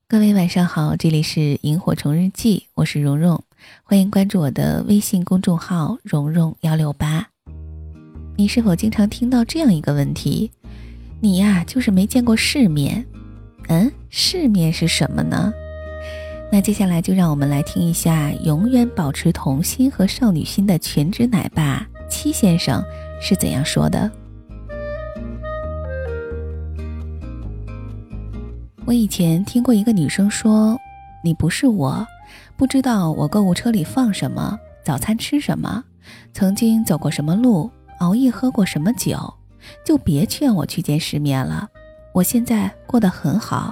各位晚上好，这里是萤火虫日记，我是蓉蓉，欢迎关注我的微信公众号蓉蓉168。你是否经常听到这样一个问题，你呀就是没见过世面。世面是什么呢？那接下来就让我们来听一下永远保持童心和少女心的全职奶爸戚先生是怎样说的。我以前听过一个女生说，你不是我，不知道我购物车里放什么，早餐吃什么，曾经走过什么路，熬夜喝过什么酒，就别劝我去见世面了，我现在过得很好。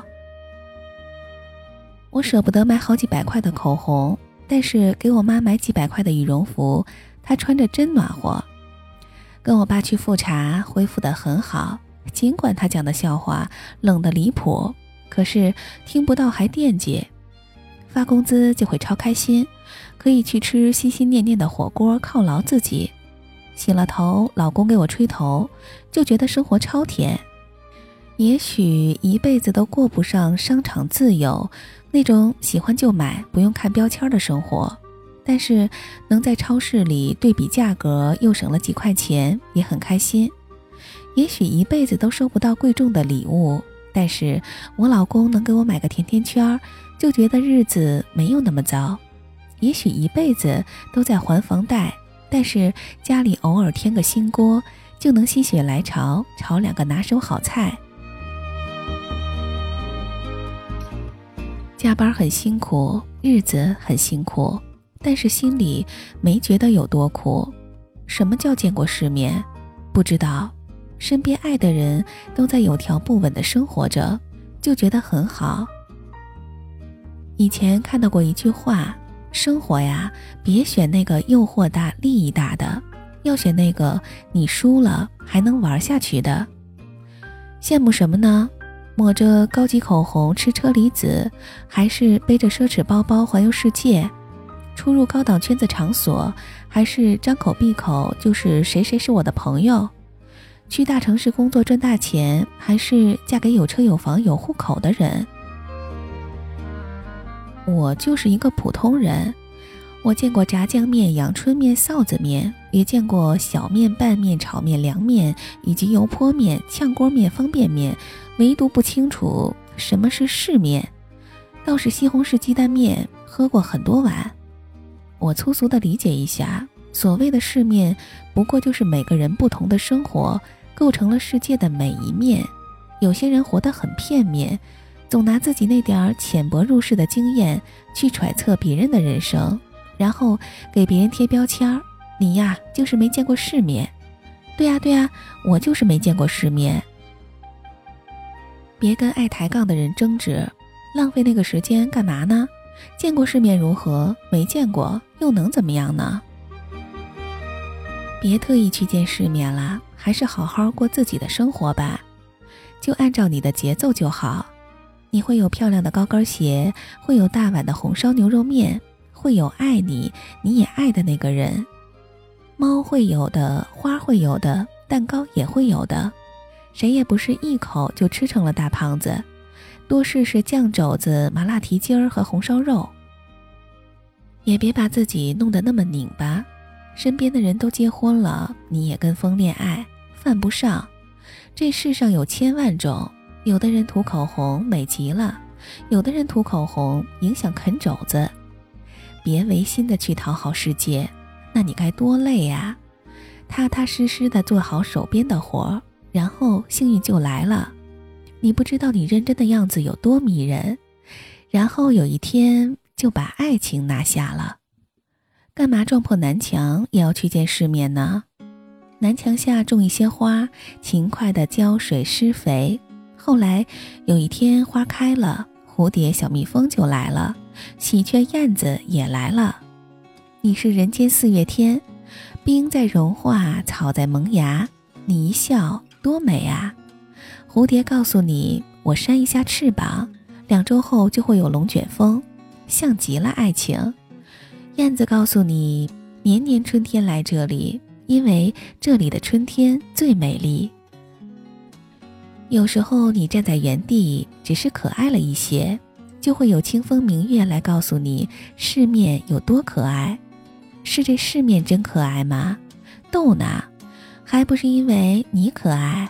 我舍不得买好几百块的口红，但是给我妈买几百块的羽绒服，她穿着真暖和。跟我爸去复查，恢复得很好，尽管他讲的笑话冷得离谱，可是听不到还惦记。发工资就会超开心，可以去吃心心念念的火锅犒劳自己。洗了头，老公给我吹头，就觉得生活超甜。也许一辈子都过不上商场自由，那种喜欢就买不用看标签的生活，但是能在超市里对比价格又省了几块钱，也很开心。也许一辈子都收不到贵重的礼物，但是我老公能给我买个甜甜圈，就觉得日子没有那么糟。也许一辈子都在还房贷，但是家里偶尔添个新锅，就能心血来潮炒2个拿手好菜。加班很辛苦，日子很辛苦，但是心里没觉得有多苦。什么叫见过世面？不知道。身边爱的人都在有条不紊地生活着，就觉得很好。以前看到过一句话，生活呀，别选那个诱惑大利益大的，要选那个你输了还能玩下去的。羡慕什么呢？抹着高级口红吃车厘子，还是背着奢侈包包环游世界？出入高档圈子场所，还是张口闭口就是谁谁是我的朋友？去大城市工作赚大钱，还是嫁给有车有房有户口的人？我就是一个普通人，我见过炸酱面、阳春面、臊子面，也见过小面、拌面、炒面、凉面，以及油泼面、炝锅面、方便面，唯独不清楚什么是世面。倒是西红柿鸡蛋面喝过很多碗。我粗俗地理解一下，所谓的世面，不过就是每个人不同的生活构成了世界的每一面。有些人活得很片面，总拿自己那点浅薄入世的经验去揣测别人的人生，然后给别人贴标签，你呀就是没见过世面。对呀，我就是没见过世面。别跟爱抬杠的人争执，浪费那个时间干嘛呢？见过世面如何？没见过又能怎么样呢？别特意去见世面了，还是好好过自己的生活吧，就按照你的节奏就好。你会有漂亮的高跟鞋，会有大碗的红烧牛肉面，会有爱你也爱的那个人。猫会有的，花会有的，蛋糕也会有的，谁也不是一口就吃成了大胖子。多试试酱肘子、麻辣蹄筋和红烧肉。也别把自己弄得那么拧巴，身边的人都结婚了，你也跟风恋爱，犯不上。这世上有千万种，有的人涂口红美极了，有的人涂口红影响啃肘子。别违心的去讨好世界，那你该多累呀！踏踏实实的做好手边的活，然后幸运就来了。你不知道你认真的样子有多迷人，然后有一天就把爱情拿下了。干嘛撞破南墙也要去见世面呢？南墙下种一些花，勤快的浇水施肥。后来有一天花开了，蝴蝶小蜜蜂就来了，喜鹊燕子也来了。你是人间4月天，冰在融化，草在萌芽，你一笑多美啊！蝴蝶告诉你，我扇一下翅膀，2周后就会有龙卷风，像极了爱情。燕子告诉你，年年春天来这里，因为这里的春天最美丽。有时候你站在原地只是可爱了一些， 就会有清风明月来告诉你世面有多可爱。是这世面真可爱吗？逗呢，还不是因为你可爱。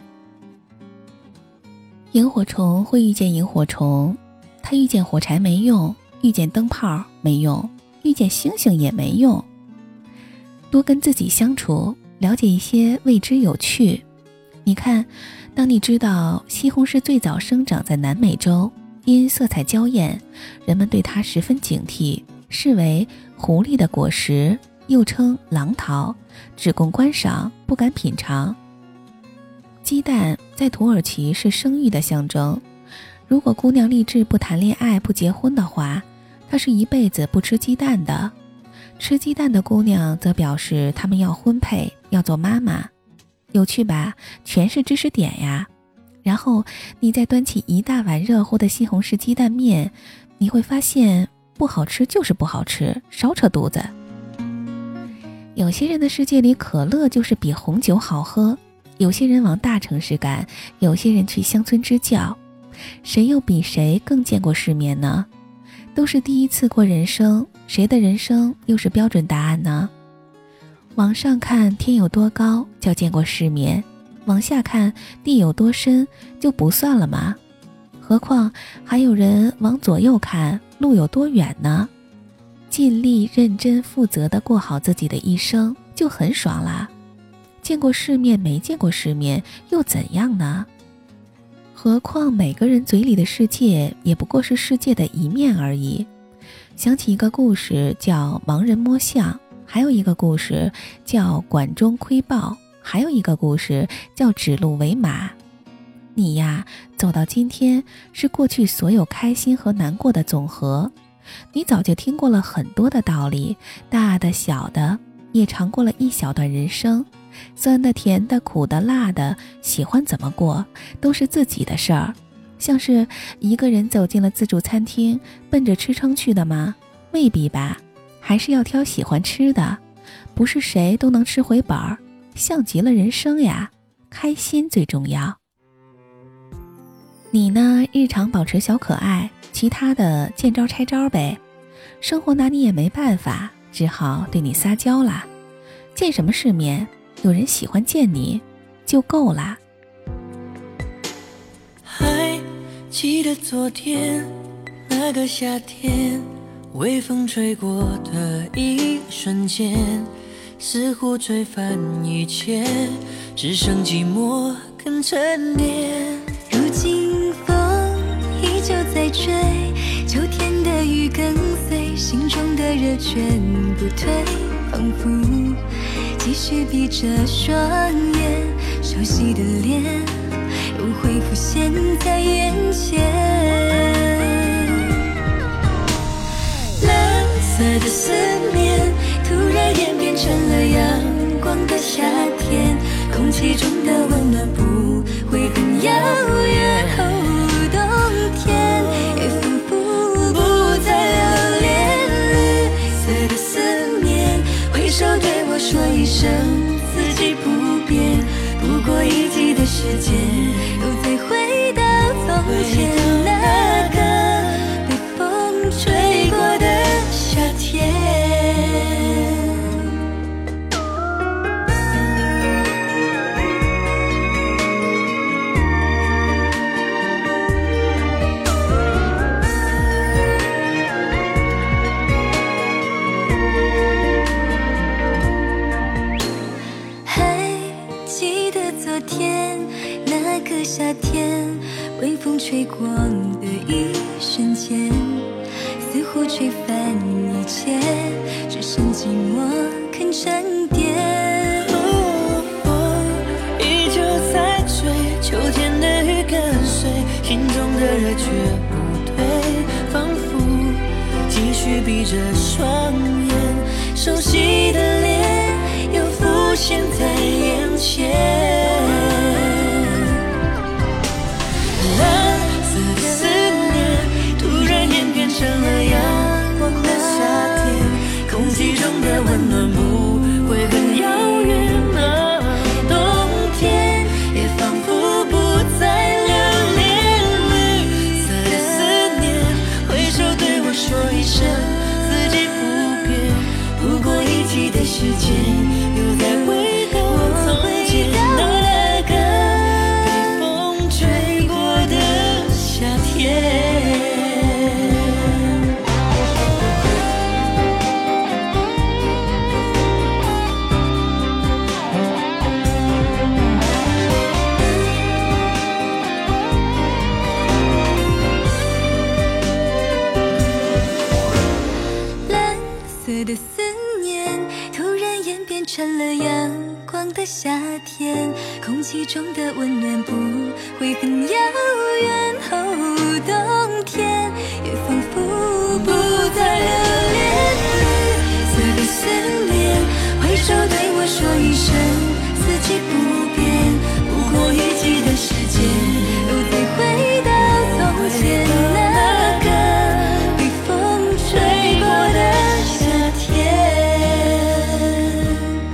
萤火虫会遇见萤火虫，它遇见火柴没用，遇见灯泡没用，遇见星星也没用。多跟自己相处，了解一些未知有趣。你看，当你知道西红柿最早生长在南美洲，因色彩娇艳，人们对它十分警惕，视为狐狸的果实，又称狼桃，只供观赏，不敢品尝。鸡蛋在土耳其是生育的象征，如果姑娘立志不谈恋爱不结婚的话，她是一辈子不吃鸡蛋的。吃鸡蛋的姑娘则表示她们要婚配，要做妈妈。有趣吧？全是知识点呀。然后你再端起一大碗热乎的西红柿鸡蛋面，你会发现不好吃就是不好吃，少扯肚子。有些人的世界里可乐就是比红酒好喝，有些人往大城市赶，有些人去乡村支教，谁又比谁更见过世面呢？都是第一次过人生，谁的人生又是标准答案呢？往上看天有多高叫见过世面，往下看地有多深就不算了吗？何况还有人往左右看路有多远呢？尽力认真负责地过好自己的一生就很爽啦。见过世面没见过世面又怎样呢？何况每个人嘴里的世界也不过是世界的一面而已。想起一个故事叫盲人摸象，还有一个故事叫管中窥豹，还有一个故事叫指鹿为马。你呀，走到今天是过去所有开心和难过的总和。你早就听过了很多的道理，大的小的，也尝过了一小段人生，酸的甜的苦的辣的，喜欢怎么过都是自己的事儿。像是一个人走进了自助餐厅，奔着吃撑去的吗？未必吧，还是要挑喜欢吃的，不是谁都能吃回本儿，像极了人生呀，开心最重要。你呢，日常保持小可爱，其他的见招拆招呗。生活拿你也没办法，只好对你撒娇啦。见什么世面，有人喜欢见你就够啦。 还记得昨天那个夏天，微风吹过的一瞬间，似乎吹翻一切，只剩寂寞跟沉淀。 如今风依旧在吹，秋天的雨跟随，心中的热全不退，仿佛继续闭着双眼，熟悉的脸又会浮现在眼前。蓝色的思念突然演变成了阳光的夏天，空气中的温暖不会很遥远，冬天也仿佛不再留恋。绿色的思念挥手对我说一声四季不变，不过一季的时间，又再回到从前那个被风吹过的夏天。夏天微风吹过的一瞬间，似乎吹翻一切，只剩寂寞肯沉淀。 风依旧在吹，秋天的雨跟随，心中的热却不退，仿佛继续闭着双眼，熟悉的脸又浮现在眼前。蓝色的思念突然演变成了阳光的夏天，空气中的温暖不会很遥远啊，冬天也仿佛不再留恋。绿色的思念挥手夏天，空气中的温暖不会很遥远。冬天也仿佛不再留恋，绿色的思念，挥手对我说一声，四季不变，不过预计的时间，又再回到从前那个被风吹过的夏天，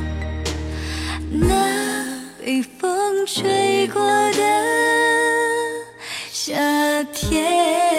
那被风吹过的夏天。